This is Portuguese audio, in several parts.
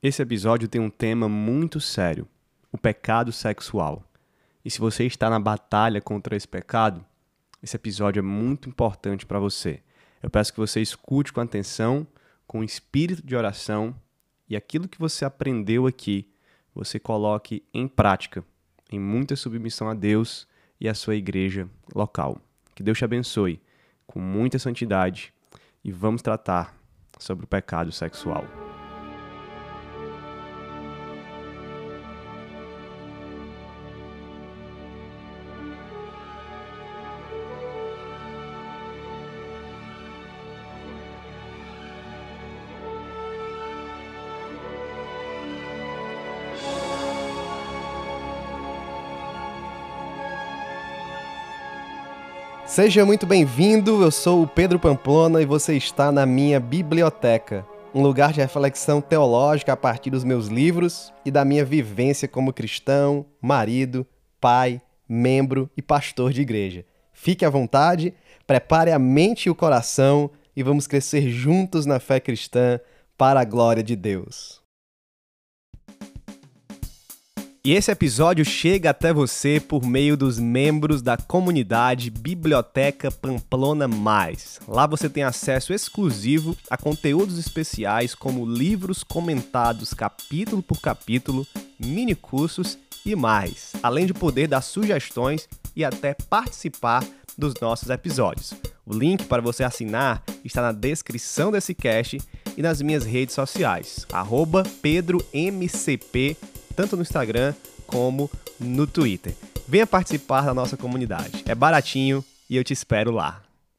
Esse episódio tem um tema muito sério, o pecado sexual. E se você está na batalha contra esse pecado, esse episódio é muito importante para você. Eu peço que você escute com atenção, com espírito de oração, e aquilo que você aprendeu aqui, você coloque em prática, em muita submissão a Deus e à sua igreja local. Que Deus te abençoe com muita santidade e vamos tratar sobre o pecado sexual. Seja muito bem-vindo, eu sou o Pedro Pamplona e você está na minha biblioteca, um lugar de reflexão teológica a partir dos meus livros e da minha vivência como cristão, marido, pai, membro e pastor de igreja. Fique à vontade, prepare a mente e o coração e vamos crescer juntos na fé cristã para a glória de Deus. E esse episódio chega até você por meio dos membros da comunidade Biblioteca Pamplona Mais. Lá você tem acesso exclusivo a conteúdos especiais como livros comentados capítulo por capítulo, mini cursos e mais, além de poder dar sugestões e até participar dos nossos episódios. O link para você assinar está na descrição desse cast e nas minhas redes sociais, @PedroMCP, tanto no Instagram como no Twitter. Venha participar da nossa comunidade. É baratinho e eu te espero lá.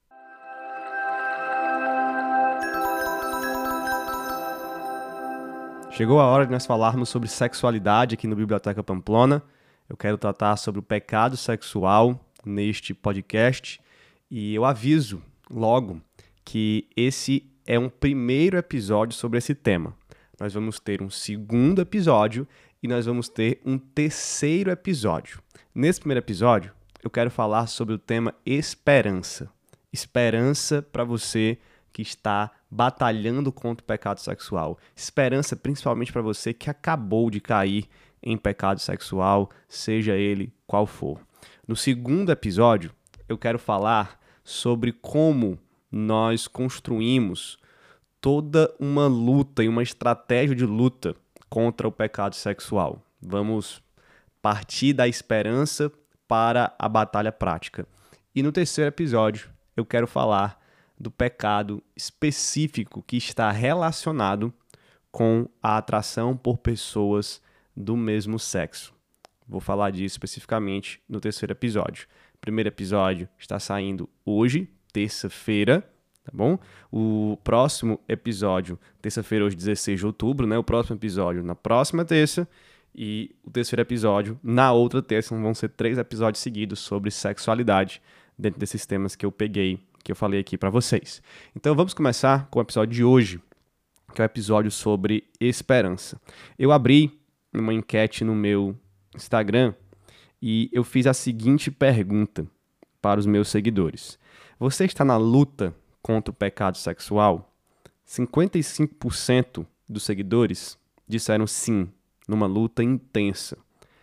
Chegou a hora de nós falarmos sobre sexualidade aqui no Biblioteca Pamplona. Eu quero tratar sobre o pecado sexual neste podcast e eu aviso logo que esse é um primeiro episódio sobre esse tema. Nós vamos ter um segundo episódio e nós vamos ter um terceiro episódio. Nesse primeiro episódio, eu quero falar sobre o tema esperança. Esperança para você que está batalhando contra o pecado sexual. Esperança principalmente para você que acabou de cair em pecado sexual, seja ele qual for. No segundo episódio, eu quero falar sobre como nós construímos toda uma luta e uma estratégia de luta contra o pecado sexual. Vamos partir da esperança para a batalha prática. E no terceiro episódio, eu quero falar do pecado específico que está relacionado com a atração por pessoas do mesmo sexo. Vou falar disso especificamente no terceiro episódio. O primeiro episódio está saindo hoje, terça-feira, tá bom? O próximo episódio, terça-feira, hoje, 16 de outubro, né? O próximo episódio na próxima terça e o terceiro episódio na outra terça. Vão ser 3 episódios seguidos sobre sexualidade dentro desses temas que eu peguei, que eu falei aqui para vocês. Então vamos começar com o episódio de hoje, que é o episódio sobre esperança. Eu abri uma enquete no meu Instagram e eu fiz a seguinte pergunta para os meus seguidores. Você está na luta contra o pecado sexual? 55% dos seguidores disseram sim, numa luta intensa.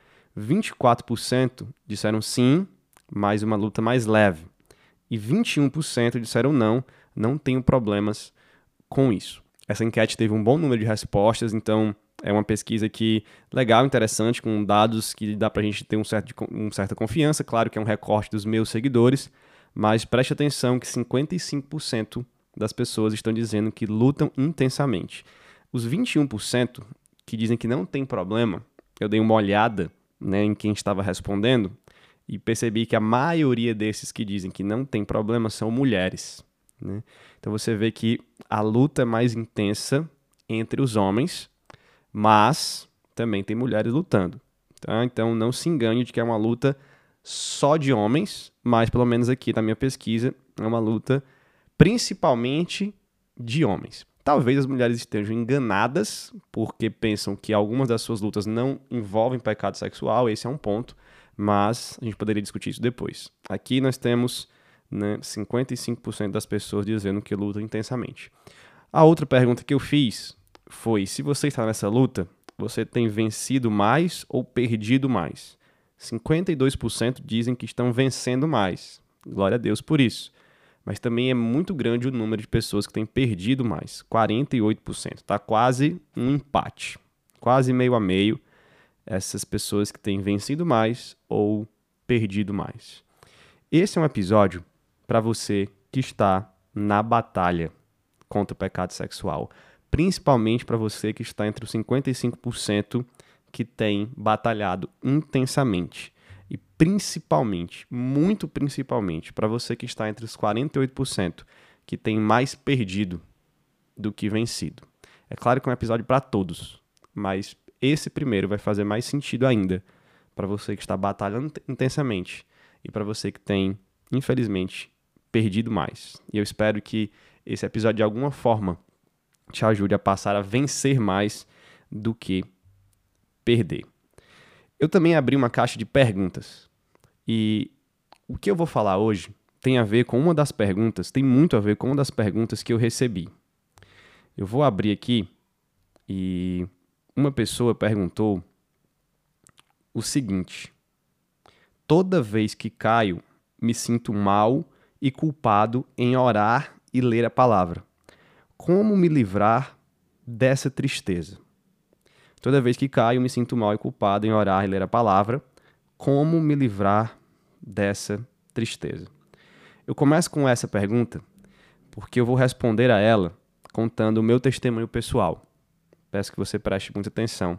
24% disseram sim, mas uma luta mais leve. E 21% disseram não, não tenho problemas com isso. Essa enquete teve um bom número de respostas, então é uma pesquisa que legal, interessante, com dados que dá pra gente ter uma certa confiança. Claro que é um recorte dos meus seguidores, mas preste atenção que 55% das pessoas estão dizendo que lutam intensamente. Os 21% que dizem que não tem problema, eu dei uma olhada, né, em quem estava respondendo e percebi que a maioria desses que dizem que não tem problema são mulheres, né? Então você vê que a luta é mais intensa entre os homens, mas também tem mulheres lutando, tá? Então não se engane de que é uma luta só de homens, mas pelo menos aqui na minha pesquisa é uma luta principalmente de homens. Talvez as mulheres estejam enganadas porque pensam que algumas das suas lutas não envolvem pecado sexual, esse é um ponto, mas a gente poderia discutir isso depois. Aqui nós temos, né, 55% das pessoas dizendo que lutam intensamente. A outra pergunta que eu fiz foi: se você está nessa luta, você tem vencido mais ou perdido mais? 52% dizem que estão vencendo mais. Glória a Deus por isso. Mas também é muito grande o número de pessoas que têm perdido mais. 48%. Está quase um empate. Quase meio a meio. Essas pessoas que têm vencido mais ou perdido mais. Esse é um episódio para você que está na batalha contra o pecado sexual. Principalmente para você que está entre os 55% que tem batalhado intensamente. E principalmente, muito principalmente, para você que está entre os 48% que tem mais perdido do que vencido. É claro que é um episódio para todos, mas esse primeiro vai fazer mais sentido ainda para você que está batalhando intensamente e para você que tem, infelizmente, perdido mais. E eu espero que esse episódio, de alguma forma, te ajude a passar a vencer mais do que perder. Eu também abri uma caixa de perguntas. E o que eu vou falar hoje tem a ver com uma das perguntas, tem muito a ver com uma das perguntas que eu recebi. Eu vou abrir aqui e uma pessoa perguntou o seguinte: toda vez que caio, me sinto mal e culpado em orar e ler a palavra. Como me livrar dessa tristeza? Toda vez que caio, me sinto mal e culpado em orar e ler a palavra. Como me livrar dessa tristeza? Eu começo com essa pergunta porque eu vou responder a ela contando o meu testemunho pessoal. Peço que você preste muita atenção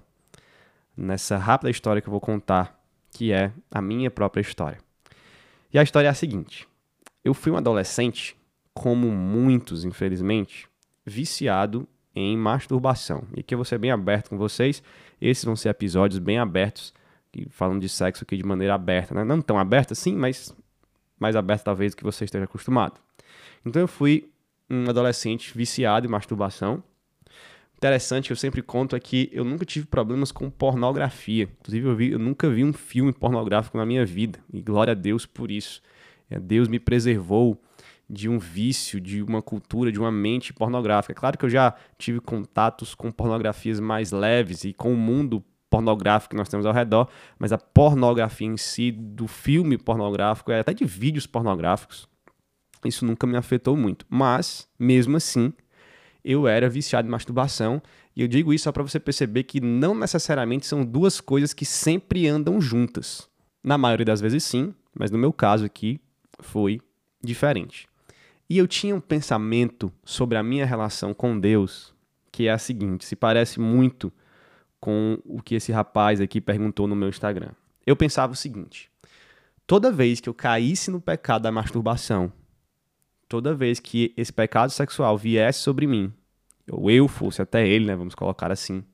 nessa rápida história que eu vou contar, que é a minha própria história. E a história é a seguinte: eu fui um adolescente, como muitos, infelizmente, viciado em masturbação. E aqui eu vou ser bem aberto com vocês. Esses vão ser episódios bem abertos, falando de sexo aqui de maneira aberta, né? Não tão aberta assim, mas mais aberta talvez do que você esteja acostumado. Então eu fui um adolescente viciado em masturbação. Interessante que eu sempre conto é que eu nunca tive problemas com pornografia. Inclusive eu nunca vi um filme pornográfico na minha vida. E glória a Deus por isso. Deus me preservou de um vício, de uma cultura, de uma mente pornográfica. É claro que eu já tive contatos com pornografias mais leves e com o mundo pornográfico que nós temos ao redor, mas a pornografia em si, do filme pornográfico, até de vídeos pornográficos, isso nunca me afetou muito. Mas, mesmo assim, eu era viciado em masturbação, e eu digo isso só para você perceber que não necessariamente são duas coisas que sempre andam juntas. Na maioria das vezes sim, mas no meu caso aqui foi diferente. E eu tinha um pensamento sobre a minha relação com Deus, que é a seguinte: se parece muito com o que esse rapaz aqui perguntou no meu Instagram. Eu pensava o seguinte: toda vez que eu caísse no pecado da masturbação, toda vez que esse pecado sexual viesse sobre mim, ou eu fosse até ele, né, vamos colocar assim,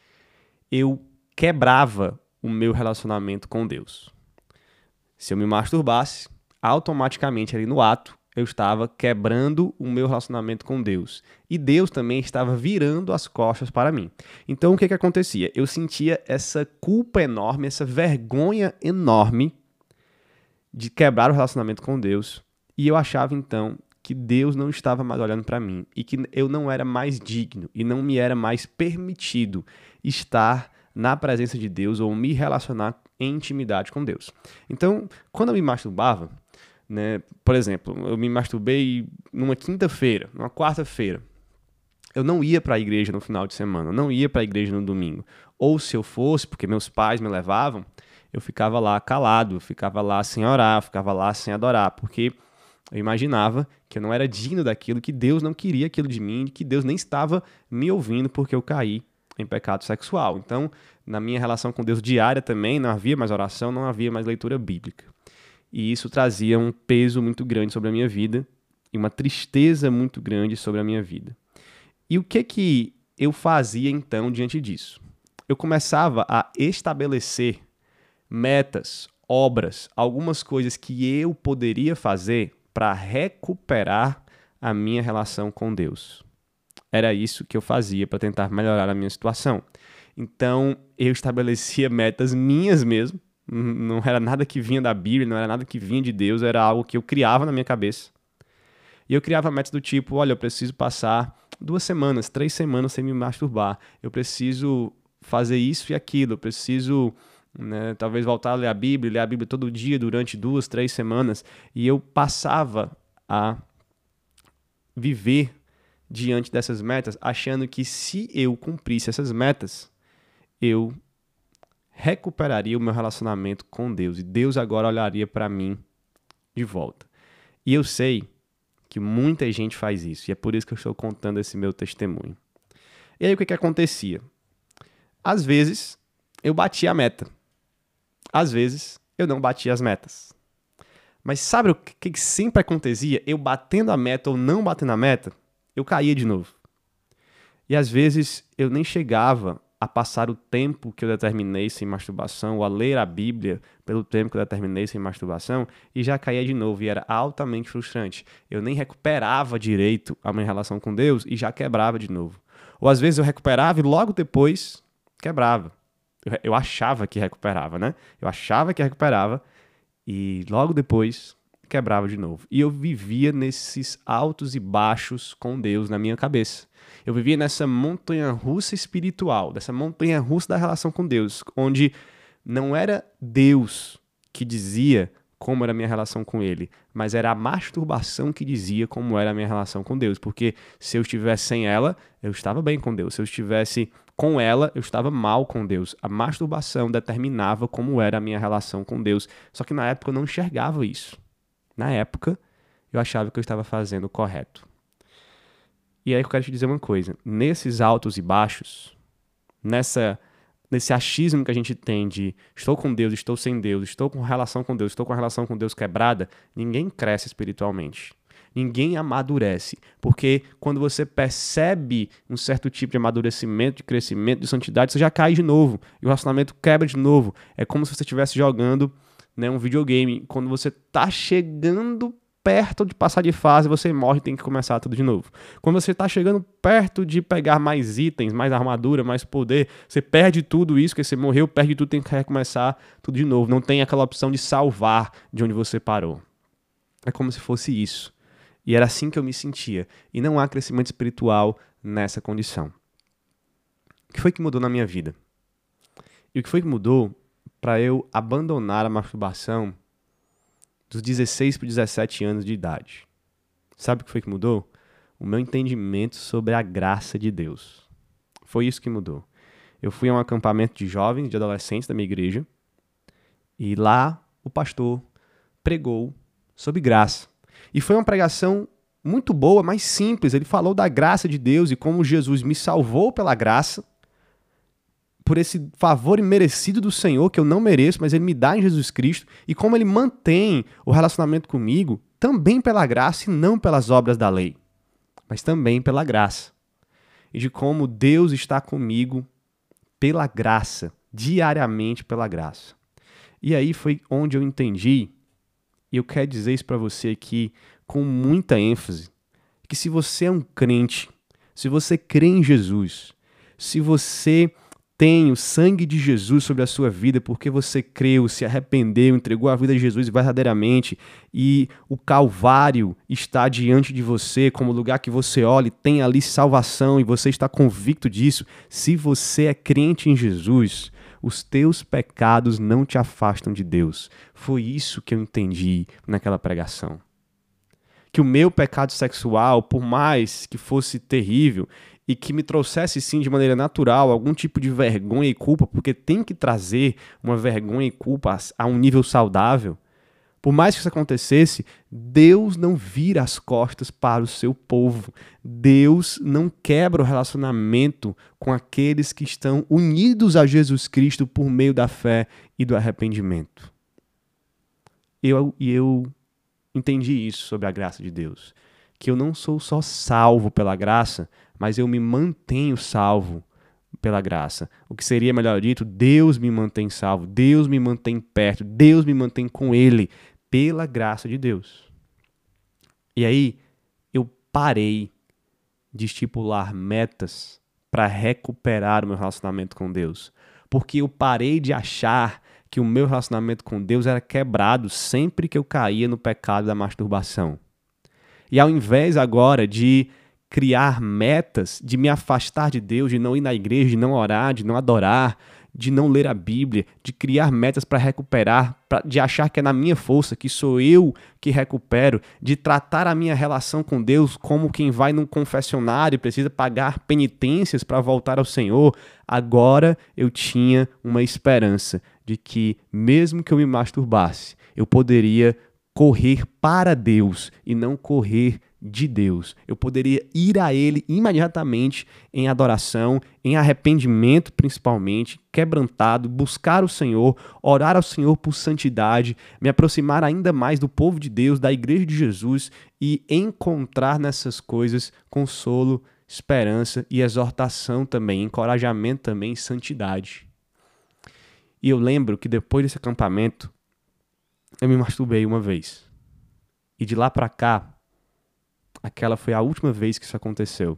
eu quebrava o meu relacionamento com Deus. Se eu me masturbasse, automaticamente ali no ato, eu estava quebrando o meu relacionamento com Deus. E Deus também estava virando as costas para mim. Então, o que acontecia? Eu sentia essa culpa enorme, essa vergonha enorme de quebrar o relacionamento com Deus. E eu achava, então, que Deus não estava mais olhando para mim e que eu não era mais digno e não me era mais permitido estar na presença de Deus ou me relacionar em intimidade com Deus. Então, quando eu me masturbava, né, por exemplo, eu me masturbei numa quinta-feira, numa quarta-feira, eu não ia para a igreja no final de semana, eu não ia para a igreja no domingo. Ou se eu fosse, porque meus pais me levavam, eu ficava lá calado, eu ficava lá sem orar, eu ficava lá sem adorar, porque eu imaginava que eu não era digno daquilo, que Deus não queria aquilo de mim, que Deus nem estava me ouvindo porque eu caí em pecado sexual. Então, na minha relação com Deus diária também, não havia mais oração, não havia mais leitura bíblica. E isso trazia um peso muito grande sobre a minha vida e uma tristeza muito grande sobre a minha vida. E o que eu fazia então diante disso? Eu começava a estabelecer metas, obras, algumas coisas que eu poderia fazer para recuperar a minha relação com Deus. Era isso que eu fazia para tentar melhorar a minha situação. Então, eu estabelecia metas minhas mesmo. Não era nada que vinha da Bíblia, não era nada que vinha de Deus, era algo que eu criava na minha cabeça. E eu criava metas do tipo: olha, eu preciso passar 2 semanas, 3 semanas sem me masturbar. Eu preciso fazer isso e aquilo. Eu preciso, né, talvez voltar a ler a Bíblia todo dia durante 2, 3 semanas. E eu passava a viver diante dessas metas, achando que se eu cumprisse essas metas, eu recuperaria o meu relacionamento com Deus. E Deus agora olharia para mim de volta. E eu sei que muita gente faz isso. E é por isso que eu estou contando esse meu testemunho. E aí o que acontecia? Às vezes, eu batia a meta. Às vezes, eu não batia as metas. Mas sabe o que sempre acontecia? Eu batendo a meta ou não batendo a meta, eu caía de novo. E às vezes, eu nem chegava a passar o tempo que eu determinei sem masturbação, ou a ler a Bíblia pelo tempo que eu determinei sem masturbação, e já caía de novo, e era altamente frustrante. Eu nem recuperava direito a minha relação com Deus, e já quebrava de novo. Ou às vezes eu recuperava e logo depois quebrava. Eu achava que recuperava, né? Eu achava que recuperava, e logo depois quebrava de novo. E eu vivia nesses altos e baixos com Deus na minha cabeça. Eu vivia nessa montanha-russa espiritual, dessa montanha-russa da relação com Deus, onde não era Deus que dizia como era a minha relação com Ele, mas era a masturbação que dizia como era a minha relação com Deus. Porque se eu estivesse sem ela, eu estava bem com Deus. Se eu estivesse com ela, eu estava mal com Deus. A masturbação determinava como era a minha relação com Deus. Só que na época eu não enxergava isso. Na época, eu achava que eu estava fazendo o correto. E aí eu quero te dizer uma coisa. Nesses altos e baixos, nesse achismo que a gente tem de estou com Deus, estou sem Deus, estou com relação com Deus, estou com a relação com Deus quebrada, ninguém cresce espiritualmente. Ninguém amadurece. Porque quando você percebe um certo tipo de amadurecimento, de crescimento, de santidade, você já cai de novo. E o relacionamento quebra de novo. É como se você estivesse jogando, né, um videogame. Quando você está chegando perto de passar de fase, você morre e tem que começar tudo de novo. Quando você está chegando perto de pegar mais itens, mais armadura, mais poder, você perde tudo isso, que você morreu, perde tudo, tem que recomeçar tudo de novo. Não tem aquela opção de salvar de onde você parou. É como se fosse isso. E era assim que eu me sentia. E não há crescimento espiritual nessa condição. O que foi que mudou na minha vida? E o que foi que mudou para eu abandonar a masturbação dos 16 para 17 anos de idade? Sabe o que foi que mudou? O meu entendimento sobre a graça de Deus. Foi isso que mudou. Eu fui a um acampamento de jovens, de adolescentes da minha igreja, e lá o pastor pregou sobre graça. E foi uma pregação muito boa, mas simples. Ele falou da graça de Deus e como Jesus me salvou pela graça, por esse favor imerecido do Senhor, que eu não mereço, mas Ele me dá em Jesus Cristo, e como Ele mantém o relacionamento comigo também pela graça e não pelas obras da lei, mas também pela graça. E de como Deus está comigo pela graça, diariamente pela graça. E aí foi onde eu entendi, e eu quero dizer isso para você aqui com muita ênfase, que se você é um crente, se você crê em Jesus, se você tem o sangue de Jesus sobre a sua vida porque você creu, se arrependeu, entregou a vida a Jesus verdadeiramente e o Calvário está diante de você como lugar que você olha e tem ali salvação e você está convicto disso, se você é crente em Jesus, os teus pecados não te afastam de Deus. Foi isso que eu entendi naquela pregação. Que o meu pecado sexual, por mais que fosse terrível e que me trouxesse sim de maneira natural algum tipo de vergonha e culpa, porque tem que trazer uma vergonha e culpa a um nível saudável, por mais que isso acontecesse, Deus não vira as costas para o seu povo. Deus não quebra o relacionamento com aqueles que estão unidos a Jesus Cristo por meio da fé e do arrependimento. Eu entendi isso sobre a graça de Deus. Que eu não sou só salvo pela graça, mas eu me mantenho salvo pela graça. O que seria melhor dito, Deus me mantém salvo, Deus me mantém perto, Deus me mantém com Ele, pela graça de Deus. E aí, eu parei de estipular metas para recuperar o meu relacionamento com Deus. Porque eu parei de achar que o meu relacionamento com Deus era quebrado sempre que eu caía no pecado da masturbação. E ao invés agora de criar metas, de me afastar de Deus, de não ir na igreja, de não orar, de não adorar, de não ler a Bíblia, de criar metas para recuperar, de achar que é na minha força, que sou eu que recupero, de tratar a minha relação com Deus como quem vai num confessionário e precisa pagar penitências para voltar ao Senhor. Agora eu tinha uma esperança de que, mesmo que eu me masturbasse, eu poderia correr para Deus e não correr de Deus. Eu poderia ir a Ele imediatamente em adoração, em arrependimento principalmente, quebrantado, buscar o Senhor, orar ao Senhor por santidade, me aproximar ainda mais do povo de Deus, da Igreja de Jesus e encontrar nessas coisas consolo, esperança e exortação também, encorajamento também, santidade. E eu lembro que depois desse acampamento, eu me masturbei uma vez. E de lá pra cá, aquela foi a última vez que isso aconteceu.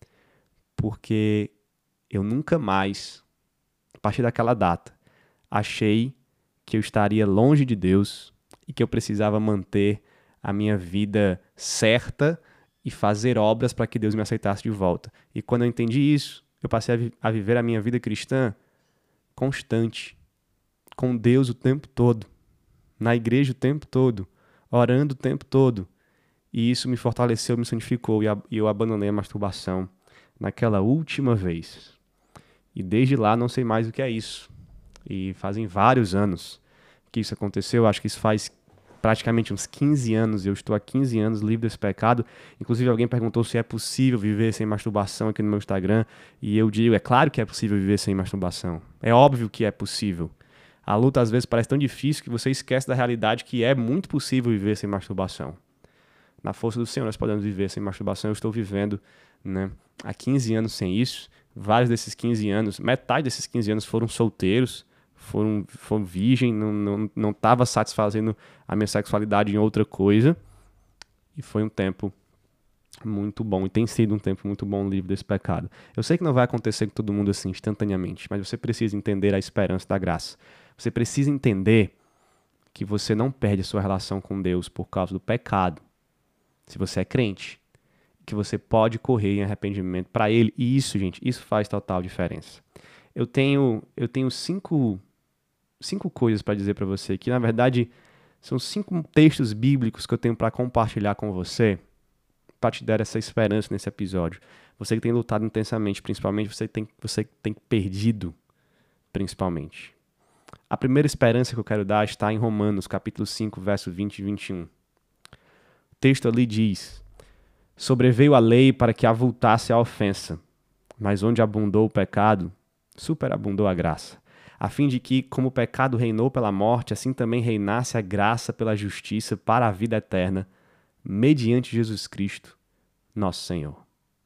Porque eu nunca mais, a partir daquela data, achei que eu estaria longe de Deus e que eu precisava manter a minha vida certa e fazer obras para que Deus me aceitasse de volta. E quando eu entendi isso, eu passei a viver a minha vida cristã constante, com Deus o tempo todo, na igreja o tempo todo, orando o tempo todo. E isso me fortaleceu, me santificou e eu abandonei a masturbação naquela última vez. E desde lá não sei mais o que é isso. E fazem vários anos que isso aconteceu. Acho que isso faz praticamente uns 15 anos. Eu estou há 15 anos livre desse pecado. Inclusive alguém perguntou se é possível viver sem masturbação aqui no meu Instagram. E eu digo, é claro que é possível viver sem masturbação. É óbvio que é possível. A luta às vezes parece tão difícil que você esquece da realidade que é muito possível viver sem masturbação. Na força do Senhor nós podemos viver sem masturbação. Eu estou vivendo, né, há 15 anos sem isso. Vários desses 15 anos, metade desses 15 anos foram solteiros, foram virgem, não estava satisfazendo a minha sexualidade em outra coisa. E foi um tempo muito bom, e tem sido um tempo muito bom livre desse pecado. Eu sei que não vai acontecer com todo mundo assim, instantaneamente, mas você precisa entender a esperança da graça. Você precisa entender que você não perde a sua relação com Deus por causa do pecado. Se você é crente, que você pode correr em arrependimento para Ele. E isso, gente, isso faz total diferença. Eu tenho 5 coisas para dizer para você, que na verdade são 5 textos bíblicos que eu tenho para compartilhar com você, para te dar essa esperança nesse episódio. Você que tem lutado intensamente, principalmente, você tem perdido, principalmente. A primeira esperança que eu quero dar está em Romanos, capítulo 5, verso 20 e 21. O texto ali diz: sobreveio a lei para que avultasse a ofensa, mas onde abundou o pecado, superabundou a graça, a fim de que, como o pecado reinou pela morte, assim também reinasse a graça pela justiça para a vida eterna, mediante Jesus Cristo, nosso Senhor.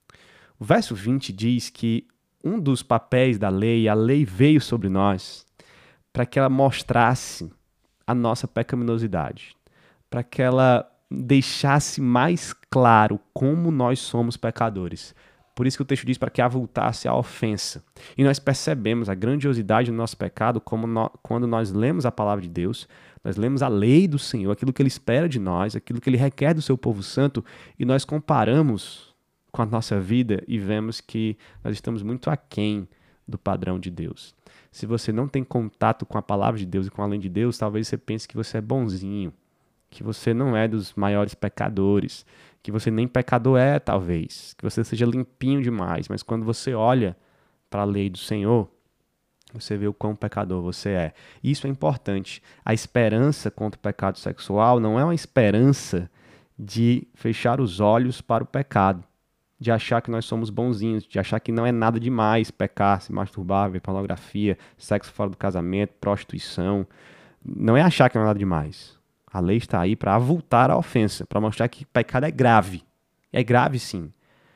O verso 20 diz que um dos papéis da lei, a lei veio sobre nós para que ela mostrasse a nossa pecaminosidade, para que ela deixasse mais claro como nós somos pecadores. Por isso que o texto diz para que avultasse a ofensa. E nós percebemos a grandiosidade do nosso pecado quando nós lemos a palavra de Deus, nós lemos a lei do Senhor, aquilo que Ele espera de nós, aquilo que Ele requer do seu povo santo, e nós comparamos com a nossa vida e vemos que nós estamos muito aquém do padrão de Deus. Se você não tem contato com a palavra de Deus e com a lei de Deus, talvez você pense que você é bonzinho, que você não é dos maiores pecadores, que você nem pecador é, talvez, que você seja limpinho demais, mas quando você olha para a lei do Senhor, você vê o quão pecador você é. Isso é importante. A esperança contra o pecado sexual não é uma esperança de fechar os olhos para o pecado, de achar que nós somos bonzinhos, de achar que não é nada demais pecar, se masturbar, ver pornografia, sexo fora do casamento, prostituição. Não é achar que não é nada demais. A lei está aí para avultar a ofensa, para mostrar que pecado é grave. É grave, sim.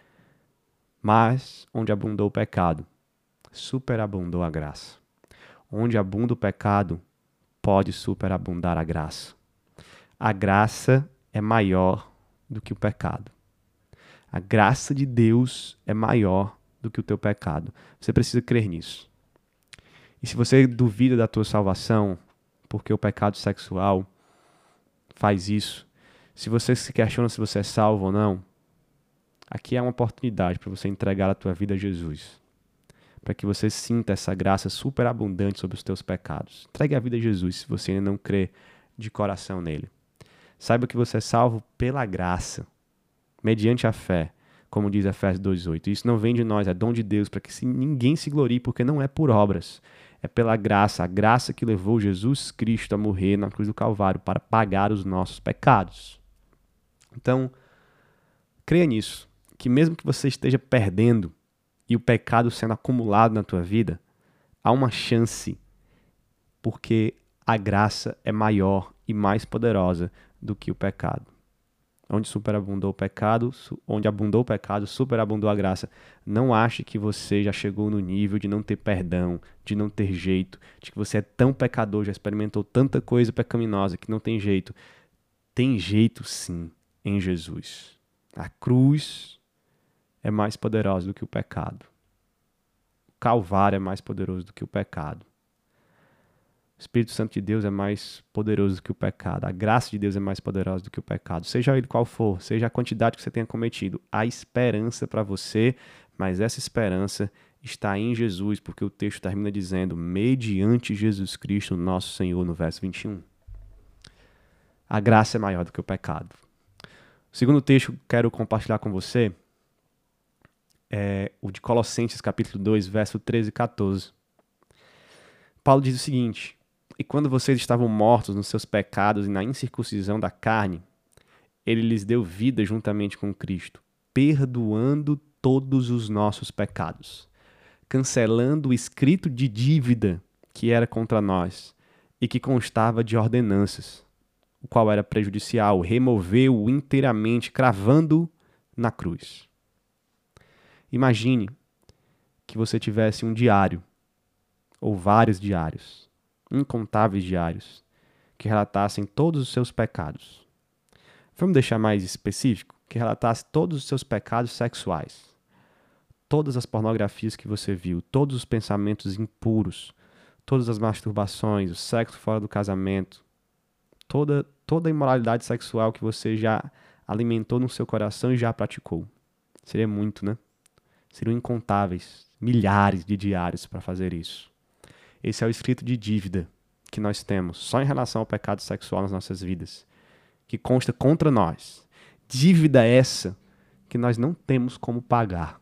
Mas, onde abundou o pecado, superabundou a graça. Onde abunda o pecado, pode superabundar a graça. A graça é maior do que o pecado. A graça de Deus é maior do que o teu pecado. Você precisa crer nisso. E se você duvida da tua salvação, porque o pecado sexual faz isso, se você se questiona se você é salvo ou não, aqui é uma oportunidade para você entregar a tua vida a Jesus, para que você sinta essa graça superabundante sobre os teus pecados. Entregue a vida a Jesus se você ainda não crê de coração nele. Saiba que você é salvo pela graça, mediante a fé, como diz Efésios 2:8. Isso não vem de nós, é dom de Deus, para que ninguém se glorie, porque não é por obras. É pela graça, a graça que levou Jesus Cristo a morrer na cruz do Calvário para pagar os nossos pecados. Então, creia nisso, que mesmo que você esteja perdendo e o pecado sendo acumulado na tua vida, há uma chance, porque a graça é maior e mais poderosa do que o pecado. Onde superabundou o pecado, onde abundou o pecado, superabundou a graça. Não ache que você já chegou no nível de não ter perdão, de não ter jeito, de que você é tão pecador, já experimentou tanta coisa pecaminosa que não tem jeito. Tem jeito sim em Jesus. A cruz é mais poderosa do que o pecado. O Calvário é mais poderoso do que o pecado. O Espírito Santo de Deus é mais poderoso do que o pecado. A graça de Deus é mais poderosa do que o pecado. Seja ele qual for, seja a quantidade que você tenha cometido, há esperança para você, mas essa esperança está em Jesus, porque o texto termina dizendo, mediante Jesus Cristo, nosso Senhor, no verso 21. A graça é maior do que o pecado. O segundo texto que quero compartilhar com você é o de Colossenses, capítulo 2, verso 13 e 14. Paulo diz o seguinte: e quando vocês estavam mortos nos seus pecados e na incircuncisão da carne, ele lhes deu vida juntamente com Cristo, perdoando todos os nossos pecados, cancelando o escrito de dívida que era contra nós e que constava de ordenanças, o qual era prejudicial, removeu-o inteiramente, cravando-o na cruz. Imagine que você tivesse um diário, ou vários diários, incontáveis diários, que relatassem todos os seus pecados. Vamos deixar mais específico? Que relatasse todos os seus pecados sexuais, todas as pornografias que você viu, todos os pensamentos impuros, todas as masturbações, o sexo fora do casamento, toda a imoralidade sexual que você já alimentou no seu coração e já praticou. Seria muito, né? Seriam incontáveis, milhares de diários para fazer isso. Esse é o escrito de dívida que nós temos só em relação ao pecado sexual nas nossas vidas, que consta contra nós. Dívida essa que nós não temos como pagar.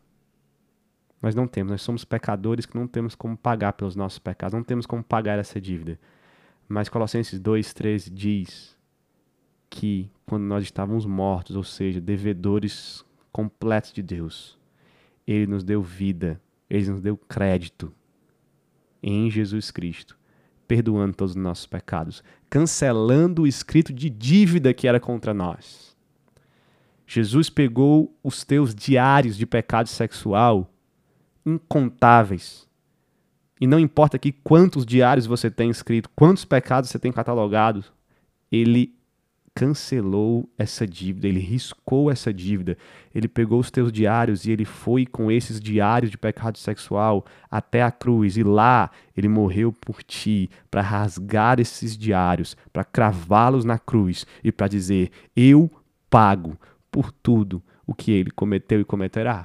Nós somos pecadores que não temos como pagar pelos nossos pecados, não temos como pagar essa dívida. Mas Colossenses 2:13 diz que quando nós estávamos mortos, ou seja, devedores completos de Deus, Ele nos deu vida, Ele nos deu crédito em Jesus Cristo, perdoando todos os nossos pecados, cancelando o escrito de dívida que era contra nós. Jesus pegou os teus diários de pecado sexual, incontáveis, e não importa aqui quantos diários você tem escrito, quantos pecados você tem catalogado, Ele cancelou essa dívida, Ele riscou essa dívida. Ele pegou os teus diários e Ele foi com esses diários de pecado sexual até a cruz. E lá Ele morreu por ti, para rasgar esses diários, para cravá-los na cruz e para dizer, eu pago por tudo o que Ele cometeu e cometerá.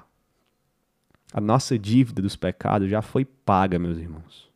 A nossa dívida dos pecados já foi paga, meus irmãos.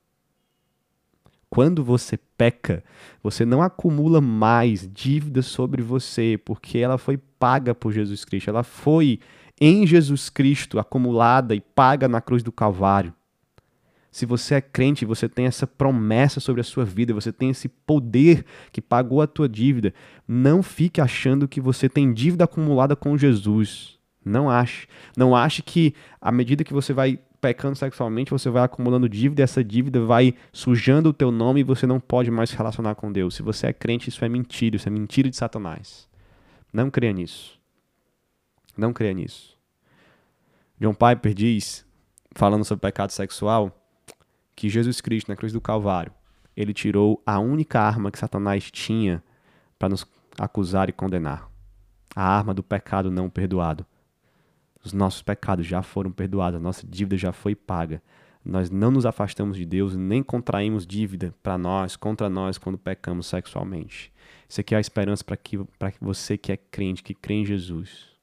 Quando você peca, você não acumula mais dívidas sobre você, porque ela foi paga por Jesus Cristo. Ela foi em Jesus Cristo acumulada e paga na cruz do Calvário. Se você é crente, você tem essa promessa sobre a sua vida, você tem esse poder que pagou a tua dívida. Não fique achando que você tem dívida acumulada com Jesus. Não ache. Não ache que à medida que você vai pecando sexualmente, você vai acumulando dívida e essa dívida vai sujando o teu nome e você não pode mais se relacionar com Deus. Se você é crente, isso é mentira de Satanás. Não creia nisso. Não creia nisso. John Piper diz, falando sobre pecado sexual, que Jesus Cristo, na cruz do Calvário, ele tirou a única arma que Satanás tinha para nos acusar e condenar. A arma do pecado não perdoado. Os nossos pecados já foram perdoados, a nossa dívida já foi paga. Nós não nos afastamos de Deus, nem contraímos dívida contra nós, quando pecamos sexualmente. Isso aqui é a esperança para que você que é crente, que crê em Jesus.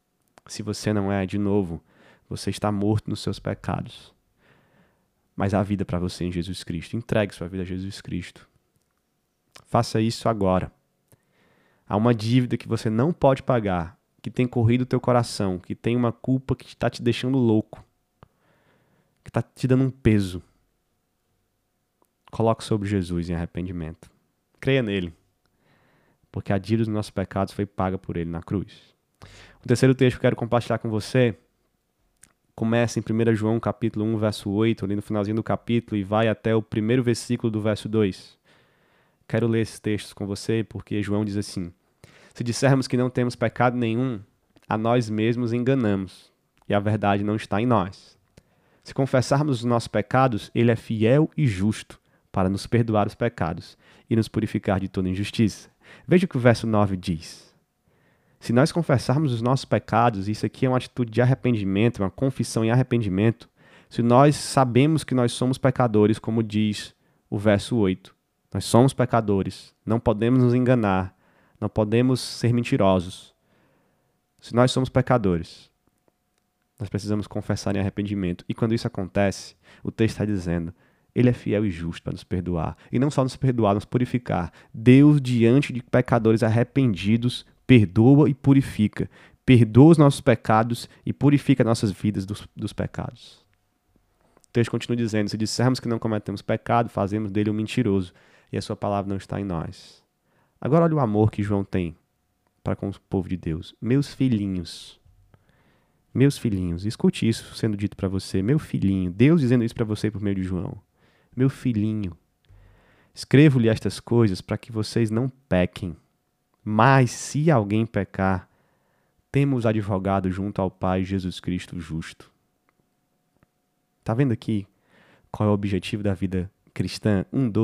Se você não é, de novo, você está morto nos seus pecados. Mas há vida para você em Jesus Cristo. Entregue sua vida a Jesus Cristo. Faça isso agora. Há uma dívida que você não pode pagar, que tem corrido o teu coração, que tem uma culpa que está te deixando louco, que está te dando um peso. Coloque sobre Jesus em arrependimento. Creia nele, porque a dívida dos nossos pecados foi paga por ele na cruz. O terceiro texto que eu quero compartilhar com você começa em 1 João capítulo 1, verso 8, ali no finalzinho do capítulo, e vai até o primeiro versículo do verso 2. Quero ler esses textos com você, porque João diz assim: se dissermos que não temos pecado nenhum, a nós mesmos enganamos, e a verdade não está em nós. Se confessarmos os nossos pecados, ele é fiel e justo para nos perdoar os pecados e nos purificar de toda injustiça. Veja o que o verso 9 diz. Se nós confessarmos os nossos pecados, isso aqui é uma atitude de arrependimento, uma confissão em arrependimento. Se nós sabemos que nós somos pecadores, como diz o verso 8, nós somos pecadores, não podemos nos enganar, não podemos ser mentirosos. Se nós somos pecadores, nós precisamos confessar em arrependimento. E quando isso acontece, o texto está dizendo, ele é fiel e justo para nos perdoar. E não só nos perdoar, nos purificar. Deus, diante de pecadores arrependidos, perdoa e purifica. Perdoa os nossos pecados e purifica nossas vidas dos pecados. O texto continua dizendo, se dissermos que não cometemos pecado, fazemos dele um mentiroso, e a sua palavra não está em nós. Agora olha o amor que João tem para com o povo de Deus. Meus filhinhos, escute isso sendo dito para você, meu filhinho, Deus dizendo isso para você por meio de João. Meu filhinho, escrevo-lhe estas coisas para que vocês não pequem. Mas se alguém pecar, temos advogado junto ao Pai, Jesus Cristo justo. Está vendo aqui qual é o objetivo da vida cristã?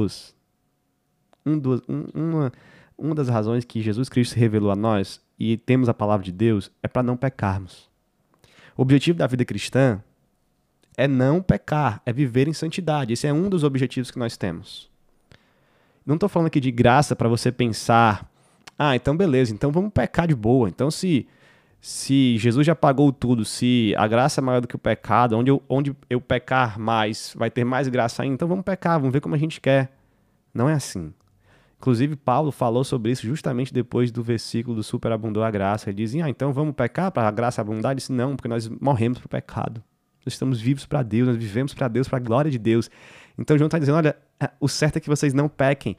Uma das razões que Jesus Cristo se revelou a nós e temos a palavra de Deus é para não pecarmos. O objetivo da vida cristã é não pecar, é viver em santidade. Esse é um dos objetivos que nós temos. Não estou falando aqui de graça para você pensar, então beleza, então vamos pecar de boa. Então se Jesus já pagou tudo, se a graça é maior do que o pecado, onde eu pecar mais, vai ter mais graça ainda, então vamos pecar, vamos ver como a gente quer. Não é assim. Inclusive, Paulo falou sobre isso justamente depois do versículo do superabundou a graça. Ele dizia, então vamos pecar para a graça abundar? Ele disse, não, porque nós morremos para o pecado. Nós estamos vivos para Deus, nós vivemos para Deus, para a glória de Deus. Então, João está dizendo, olha, o certo é que vocês não pequem,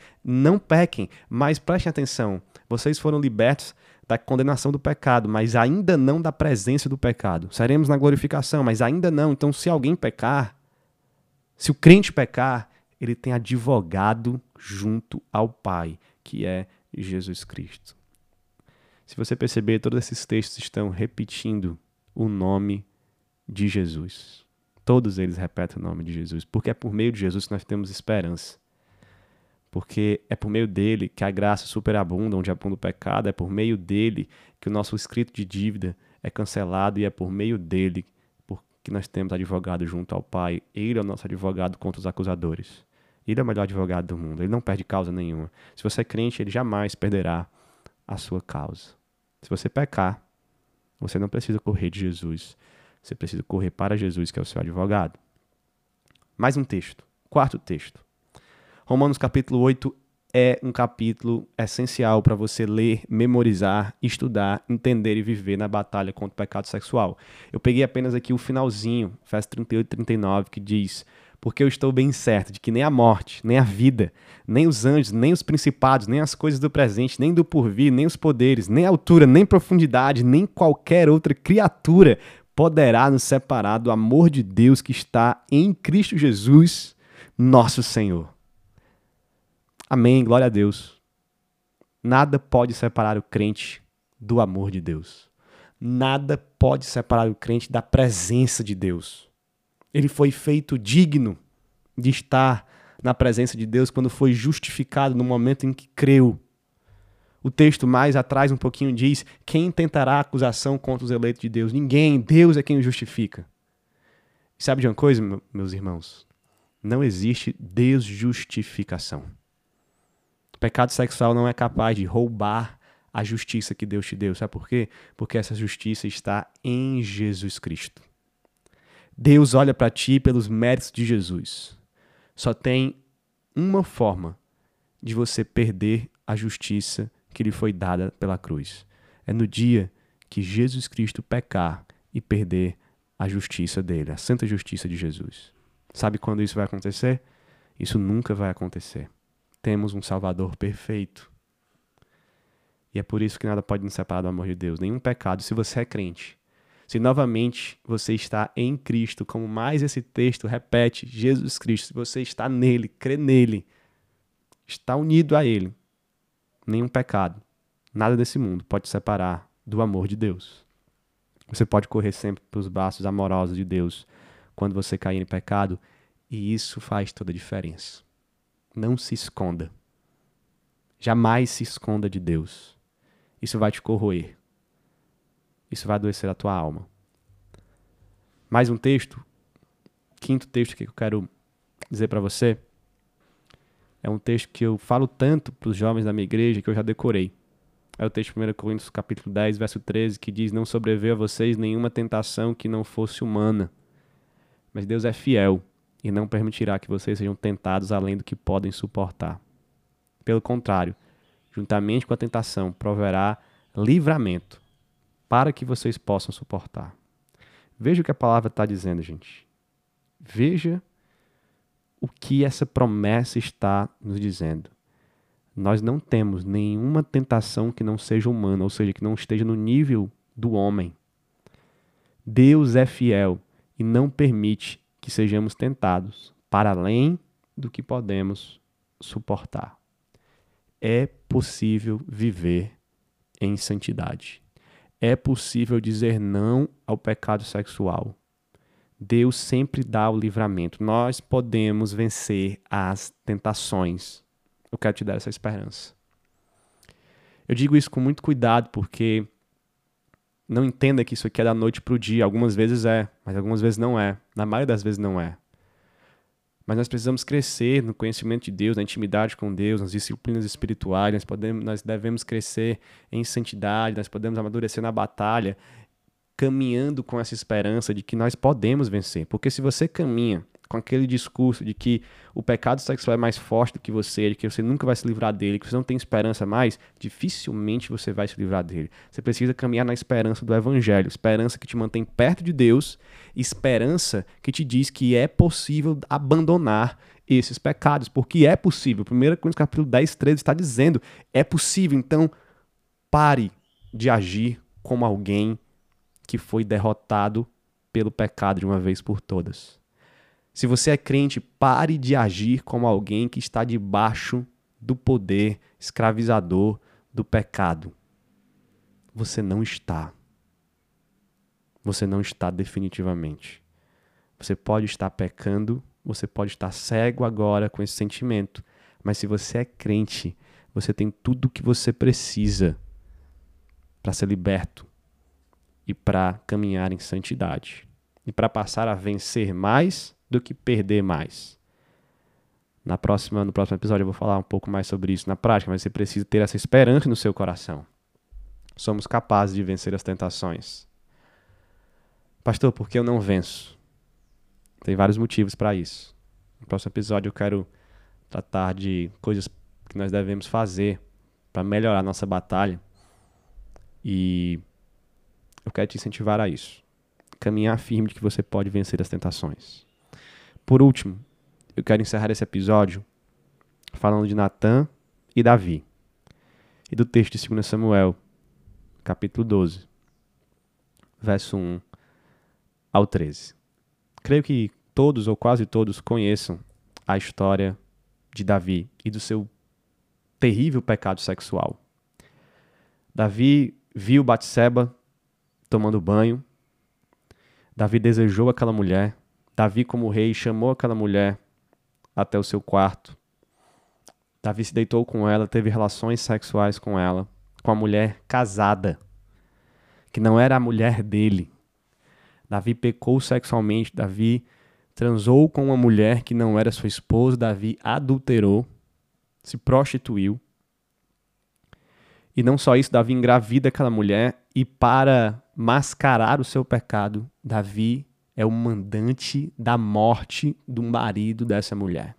mas prestem atenção, vocês foram libertos da condenação do pecado, mas ainda não da presença do pecado. Seremos na glorificação, mas ainda não. Então, se alguém pecar, se o crente pecar, ele tem advogado junto ao Pai, que é Jesus Cristo. Se você perceber, todos esses textos estão repetindo o nome de Jesus. Todos eles repetem o nome de Jesus, porque é por meio de Jesus que nós temos esperança. Porque é por meio dele que a graça superabunda, onde abunda o pecado, é por meio dele que o nosso escrito de dívida é cancelado e é por meio dele que nós temos advogado junto ao Pai. Ele é o nosso advogado contra os acusadores. Ele é o melhor advogado do mundo, ele não perde causa nenhuma. Se você é crente, ele jamais perderá a sua causa. Se você pecar, você não precisa correr de Jesus. Você precisa correr para Jesus, que é o seu advogado. Mais um texto. Quarto texto. Romanos capítulo 8 é um capítulo essencial para você ler, memorizar, estudar, entender e viver na batalha contra o pecado sexual. Eu peguei apenas aqui o finalzinho, verso 38 e 39, que diz: porque eu estou bem certo de que nem a morte, nem a vida, nem os anjos, nem os principados, nem as coisas do presente, nem do porvir, nem os poderes, nem a altura, nem profundidade, nem qualquer outra criatura poderá nos separar do amor de Deus que está em Cristo Jesus, nosso Senhor. Amém, glória a Deus. Nada pode separar o crente do amor de Deus. Nada pode separar o crente da presença de Deus. Ele foi feito digno de estar na presença de Deus quando foi justificado no momento em que creu. O texto mais atrás um pouquinho diz, quem tentará acusação contra os eleitos de Deus? Ninguém, Deus é quem o justifica. E sabe de uma coisa, meus irmãos? Não existe desjustificação. O pecado sexual não é capaz de roubar a justiça que Deus te deu. Sabe por quê? Porque essa justiça está em Jesus Cristo. Deus olha para ti pelos méritos de Jesus. Só tem uma forma de você perder a justiça que lhe foi dada pela cruz. É no dia que Jesus Cristo pecar e perder a justiça dele, a santa justiça de Jesus. Sabe quando isso vai acontecer? Isso nunca vai acontecer. Temos um Salvador perfeito. E é por isso que nada pode nos separar do amor de Deus. Nenhum pecado, se você é crente. Se novamente você está em Cristo, como mais esse texto repete, Jesus Cristo, se você está nele, crê nele, está unido a ele, nenhum pecado, nada desse mundo pode te separar do amor de Deus. Você pode correr sempre para os braços amorosos de Deus quando você cair em pecado, e isso faz toda a diferença. Não se esconda. Jamais se esconda de Deus. Isso vai te corroer. Isso vai adoecer a tua alma. Mais um texto, quinto texto que eu quero dizer para você, é um texto que eu falo tanto para os jovens da minha igreja que eu já decorei. É o texto de 1 Coríntios capítulo 10, verso 13, que diz: não sobreveio a vocês nenhuma tentação que não fosse humana, mas Deus é fiel e não permitirá que vocês sejam tentados além do que podem suportar. Pelo contrário, juntamente com a tentação, proverá livramento para que vocês possam suportar. Veja o que a palavra está dizendo, gente. Veja o que essa promessa está nos dizendo. Nós não temos nenhuma tentação que não seja humana, ou seja, que não esteja no nível do homem. Deus é fiel e não permite que sejamos tentados para além do que podemos suportar. É possível viver em santidade. É possível dizer não ao pecado sexual. Deus sempre dá o livramento. Nós podemos vencer as tentações. Eu quero te dar essa esperança. Eu digo isso com muito cuidado porque não entenda que isso aqui é da noite para o dia. Algumas vezes é, mas algumas vezes não é. Na maioria das vezes não é. Mas nós precisamos crescer no conhecimento de Deus, na intimidade com Deus, nas disciplinas espirituais. Nós devemos crescer em santidade, nós podemos amadurecer na batalha, caminhando com essa esperança de que nós podemos vencer. Porque se você caminha com aquele discurso de que o pecado sexual é mais forte do que você, de que você nunca vai se livrar dele, que você não tem esperança mais, dificilmente você vai se livrar dele. Você precisa caminhar na esperança do Evangelho, esperança que te mantém perto de Deus, esperança que te diz que é possível abandonar esses pecados, porque é possível. 1 Coríntios capítulo 10, 13 está dizendo, é possível. Então, pare de agir como alguém que foi derrotado pelo pecado de uma vez por todas. Se você é crente, pare de agir como alguém que está debaixo do poder escravizador do pecado. Você não está. Você não está definitivamente. Você pode estar pecando, você pode estar cego agora com esse sentimento, mas se você é crente, você tem tudo o que você precisa para ser liberto e para caminhar em santidade e para passar a vencer mais do que perder mais. No próximo episódio eu vou falar um pouco mais sobre isso na prática, mas você precisa ter essa esperança no seu coração. Somos capazes de vencer as tentações. Pastor, por que eu não venço? Tem vários motivos para isso. No próximo episódio eu quero tratar de coisas que nós devemos fazer para melhorar a nossa batalha. E eu quero te incentivar a isso. Caminhar firme de que você pode vencer as tentações. Por último, eu quero encerrar esse episódio falando de Natã e Davi. E do texto de 2 Samuel, capítulo 12, verso 1 ao 13. Creio que todos ou quase todos conheçam a história de Davi e do seu terrível pecado sexual. Davi viu Batseba tomando banho. Davi desejou aquela mulher. Davi, como rei, chamou aquela mulher até o seu quarto. Davi se deitou com ela, teve relações sexuais com ela, com a mulher casada, que não era a mulher dele. Davi pecou sexualmente, Davi transou com uma mulher que não era sua esposa, Davi adulterou, se prostituiu. E não só isso, Davi engravida aquela mulher e para mascarar o seu pecado, Davi é o mandante da morte do marido dessa mulher.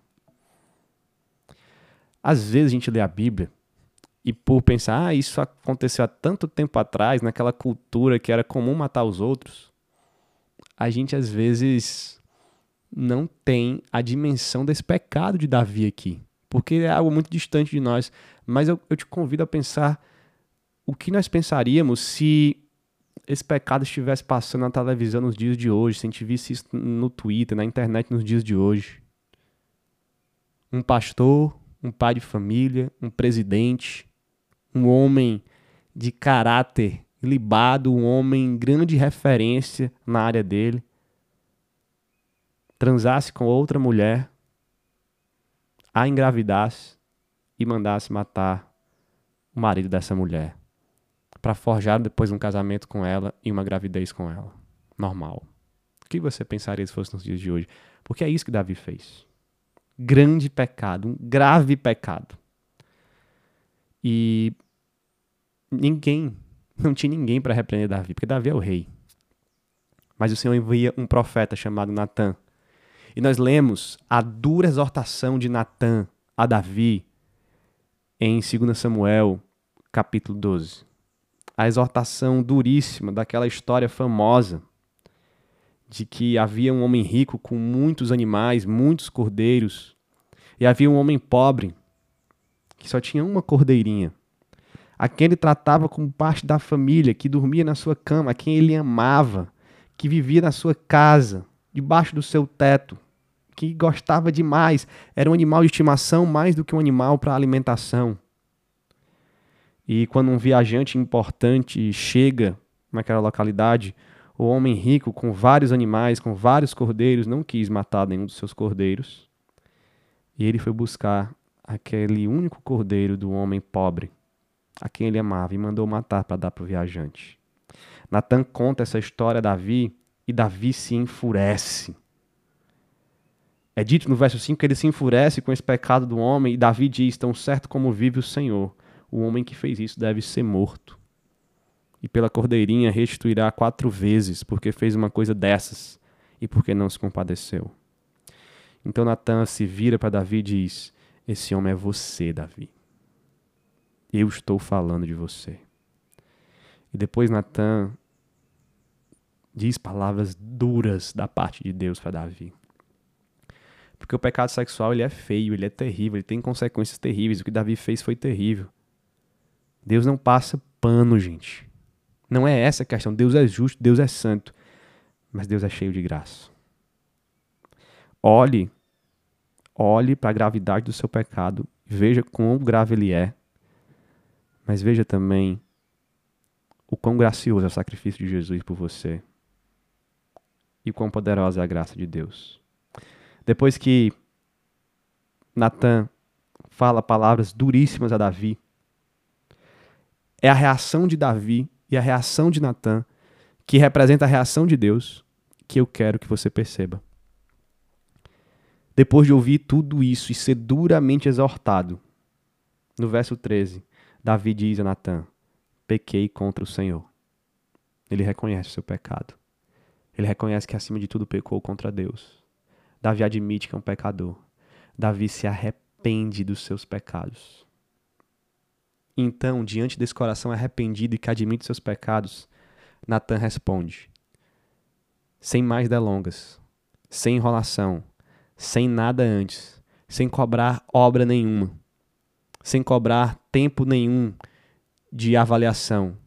Às vezes a gente lê a Bíblia e por pensar, isso aconteceu há tanto tempo atrás, naquela cultura que era comum matar os outros, a gente às vezes não tem a dimensão desse pecado de Davi aqui, porque é algo muito distante de nós. Mas eu te convido a pensar o que nós pensaríamos se esse pecado estivesse passando na televisão nos dias de hoje, se a gente visse isso no Twitter, na internet nos dias de hoje. Um pastor, um pai de família, um presidente, um homem de caráter ilibado, um homem grande referência na área dele, transasse com outra mulher, a engravidasse e mandasse matar o marido dessa mulher, para forjar depois um casamento com ela e uma gravidez com ela. Normal. O que você pensaria se fosse nos dias de hoje? Porque é isso que Davi fez. Grande pecado, um grave pecado. E não tinha ninguém para repreender Davi, porque Davi é o rei. Mas o Senhor envia um profeta chamado Natã. E nós lemos a dura exortação de Natã a Davi em 2 Samuel, capítulo 12. A exortação duríssima daquela história famosa de que havia um homem rico com muitos animais, muitos cordeiros, e havia um homem pobre que só tinha uma cordeirinha, a quem ele tratava como parte da família, que dormia na sua cama, a quem ele amava, que vivia na sua casa, debaixo do seu teto, que gostava demais, era um animal de estimação mais do que um animal para alimentação. E quando um viajante importante chega naquela localidade, o homem rico, com vários animais, com vários cordeiros, não quis matar nenhum dos seus cordeiros. E ele foi buscar aquele único cordeiro do homem pobre, a quem ele amava, e mandou matar para dar para o viajante. Natã conta essa história a Davi, e Davi se enfurece. É dito no verso 5 que ele se enfurece com esse pecado do homem, e Davi diz: tão certo como vive o Senhor, o homem que fez isso deve ser morto. E pela cordeirinha restituirá 4 vezes, porque fez uma coisa dessas, e porque não se compadeceu. Então Natã se vira para Davi e diz: esse homem é você, Davi. Eu estou falando de você. E depois Natã diz palavras duras da parte de Deus para Davi. Porque o pecado sexual ele é feio, ele é terrível, ele tem consequências terríveis. O que Davi fez foi terrível. Deus não passa pano, gente. Não é essa a questão. Deus é justo, Deus é santo. Mas Deus é cheio de graça. Olhe para a gravidade do seu pecado. Veja quão grave ele é. Mas veja também o quão gracioso é o sacrifício de Jesus por você. E quão poderosa é a graça de Deus. Depois que Natã fala palavras duríssimas a Davi, é a reação de Davi e a reação de Natã, que representa a reação de Deus, que eu quero que você perceba. Depois de ouvir tudo isso e ser duramente exortado, no verso 13, Davi diz a Natã: pequei contra o Senhor. Ele reconhece o seu pecado. Ele reconhece que acima de tudo pecou contra Deus. Davi admite que é um pecador. Davi se arrepende dos seus pecados. Então, diante desse coração arrependido e que admite seus pecados, Natã responde, sem mais delongas, sem enrolação, sem nada antes, sem cobrar obra nenhuma, sem cobrar tempo nenhum de avaliação.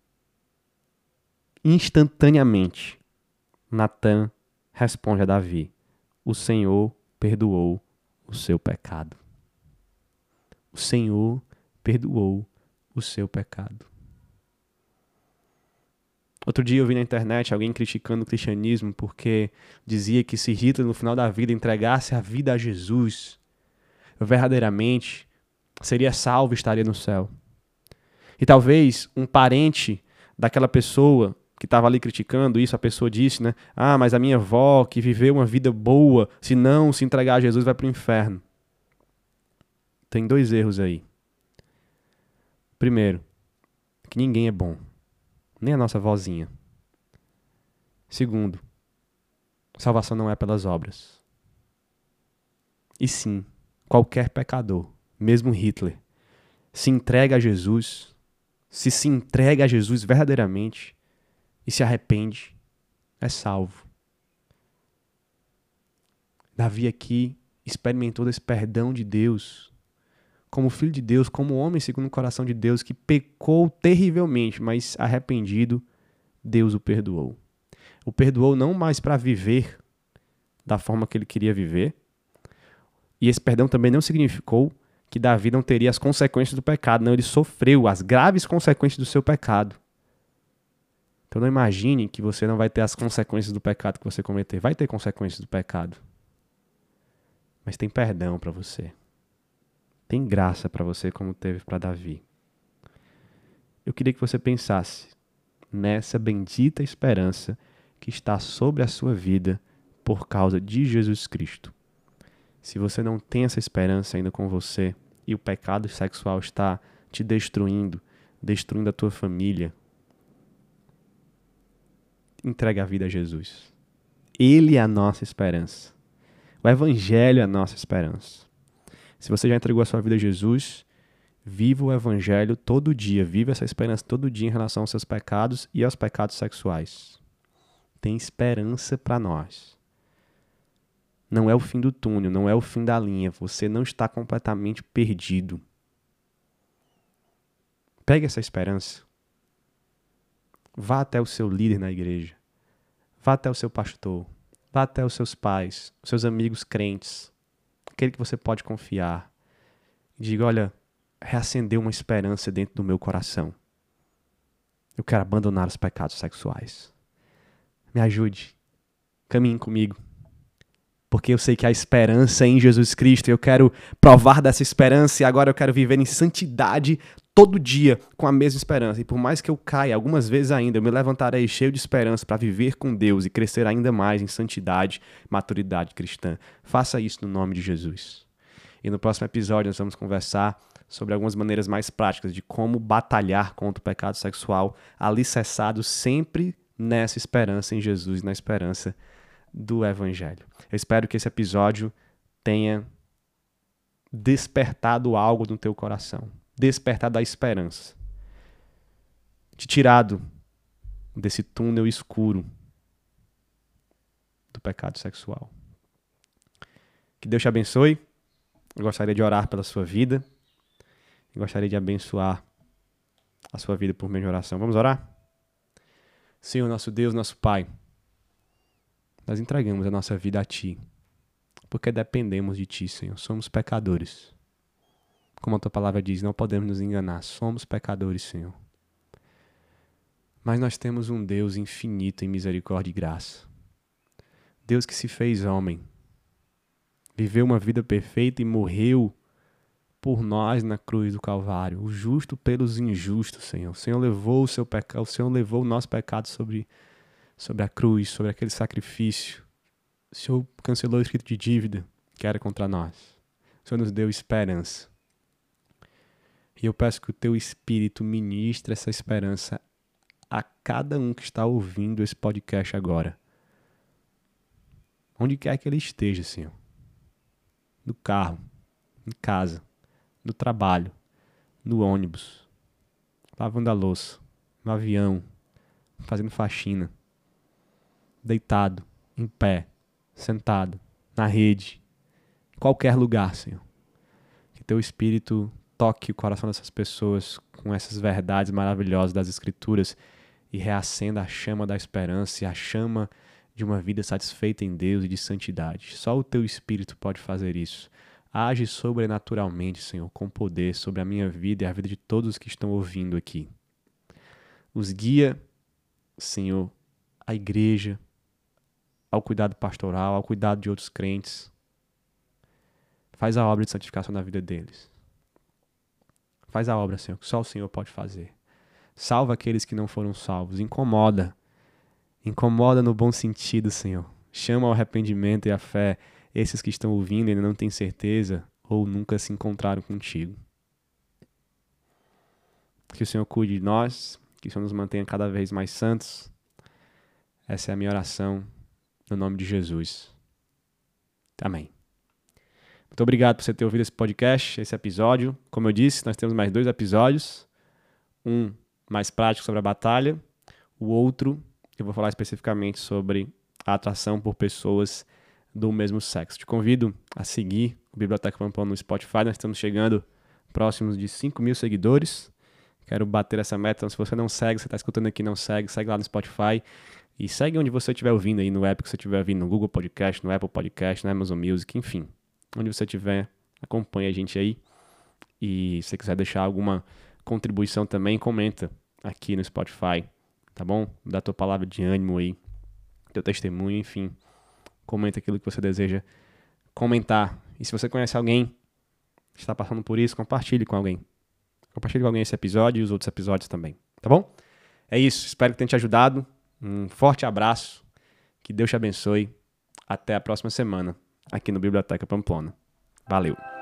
Instantaneamente, Natã responde a Davi: o Senhor perdoou o seu pecado. O Senhor perdoou o seu pecado. Outro dia eu vi na internet alguém criticando o cristianismo porque dizia que se Hitler no final da vida entregasse a vida a Jesus, verdadeiramente seria salvo e estaria no céu. E talvez um parente daquela pessoa que estava ali criticando isso, a pessoa disse, né? Ah, mas a minha avó que viveu uma vida boa, se não se entregar a Jesus vai para o inferno. Tem 2 erros aí. Primeiro, que ninguém é bom, nem a nossa vozinha. Segundo, salvação não é pelas obras. E sim, qualquer pecador, mesmo Hitler, se entrega a Jesus, se entrega a Jesus verdadeiramente e se arrepende, é salvo. Davi aqui experimentou desse perdão de Deus, como filho de Deus, como homem segundo o coração de Deus, que pecou terrivelmente, mas arrependido, Deus o perdoou. O perdoou não mais para viver da forma que ele queria viver, e esse perdão também não significou que Davi não teria as consequências do pecado, não, ele sofreu as graves consequências do seu pecado. Então não imagine que você não vai ter as consequências do pecado que você cometer. Vai ter consequências do pecado. Mas tem perdão para você. Tem graça para você como teve para Davi. Eu queria que você pensasse nessa bendita esperança que está sobre a sua vida por causa de Jesus Cristo. Se você não tem essa esperança ainda com você e o pecado sexual está te destruindo a tua família, entregue a vida a Jesus. Ele é a nossa esperança. O Evangelho é a nossa esperança. Se você já entregou a sua vida a Jesus, viva o Evangelho todo dia. Viva essa esperança todo dia em relação aos seus pecados e aos pecados sexuais. Tem esperança para nós. Não é o fim do túnel, não é o fim da linha. Você não está completamente perdido. Pegue essa esperança. Vá até o seu líder na igreja. Vá até o seu pastor. Vá até os seus pais, os seus amigos crentes, aquele que você pode confiar. E diga, olha, reacendeu uma esperança dentro do meu coração. Eu quero abandonar os pecados sexuais. Me ajude. Caminhe comigo. Porque eu sei que há esperança em Jesus Cristo. Eu quero provar dessa esperança e agora eu quero viver em santidade todo dia com a mesma esperança. E por mais que eu caia algumas vezes ainda, eu me levantarei cheio de esperança para viver com Deus e crescer ainda mais em santidade e maturidade cristã. Faça isso no nome de Jesus. E no próximo episódio nós vamos conversar sobre algumas maneiras mais práticas de como batalhar contra o pecado sexual, alicerçado sempre nessa esperança em Jesus, na esperança do Evangelho. Eu espero que esse episódio tenha despertado algo no teu coração, despertado a esperança, te tirado desse túnel escuro do pecado sexual. Que Deus te abençoe. Eu gostaria de orar pela sua vida. Eu gostaria de abençoar a sua vida por meio de oração. Vamos orar? Senhor, nosso Deus, nosso Pai, nós entregamos a nossa vida a Ti, porque dependemos de Ti, Senhor. Somos pecadores. Como a Tua palavra diz, não podemos nos enganar. Somos pecadores, Senhor. Mas nós temos um Deus infinito em misericórdia e graça. Deus que se fez homem, viveu uma vida perfeita e morreu por nós na cruz do Calvário. O justo pelos injustos, Senhor. O Senhor levou o seu pecado, o Senhor levou o nosso pecado sobre a cruz, sobre aquele sacrifício. O Senhor cancelou o escrito de dívida que era contra nós. O Senhor nos deu esperança. E eu peço que o Teu Espírito ministre essa esperança a cada um que está ouvindo esse podcast agora. Onde quer que ele esteja, Senhor. No carro, em casa, no trabalho, no ônibus, lavando a louça, no avião, fazendo faxina, deitado, em pé, sentado, na rede, em qualquer lugar, Senhor. Que Teu Espírito toque o coração dessas pessoas com essas verdades maravilhosas das Escrituras e reacenda a chama da esperança e a chama de uma vida satisfeita em Deus e de santidade. Só o Teu Espírito pode fazer isso. Age sobrenaturalmente, Senhor, com poder sobre a minha vida e a vida de todos os que estão ouvindo aqui. Os guia, Senhor, à igreja, ao cuidado pastoral, ao cuidado de outros crentes. Faz a obra de santificação na vida deles. Faz a obra, Senhor, que só o Senhor pode fazer. Salva aqueles que não foram salvos. Incomoda. Incomoda no bom sentido, Senhor. Chama ao arrependimento e à fé esses que estão ouvindo e ainda não têm certeza ou nunca se encontraram contigo. Que o Senhor cuide de nós, que o Senhor nos mantenha cada vez mais santos. Essa é a minha oração, no nome de Jesus. Amém. Muito obrigado por você ter ouvido esse podcast, esse episódio. Como eu disse, nós temos mais 2 episódios. Um mais prático sobre a batalha. O outro, eu vou falar especificamente sobre a atração por pessoas do mesmo sexo. Te convido a seguir o Biblioteca Pamplona no Spotify. Nós estamos chegando próximos de 5.000 seguidores. Quero bater essa meta. Então, se você não segue, você está escutando aqui, não segue, segue lá no Spotify. E segue onde você estiver ouvindo aí, no app que você estiver ouvindo, no Google Podcast, no Apple Podcast, no Amazon Music, enfim. Onde você estiver, acompanhe a gente aí. E se você quiser deixar alguma contribuição também, comenta aqui no Spotify, tá bom? Dá tua palavra de ânimo aí, teu testemunho, enfim. Comenta aquilo que você deseja comentar. E se você conhece alguém que está passando por isso, compartilhe com alguém. Compartilhe com alguém esse episódio e os outros episódios também, tá bom? É isso, espero que tenha te ajudado. Um forte abraço, que Deus te abençoe. Até a próxima semana aqui no Biblioteca Pamplona. Valeu!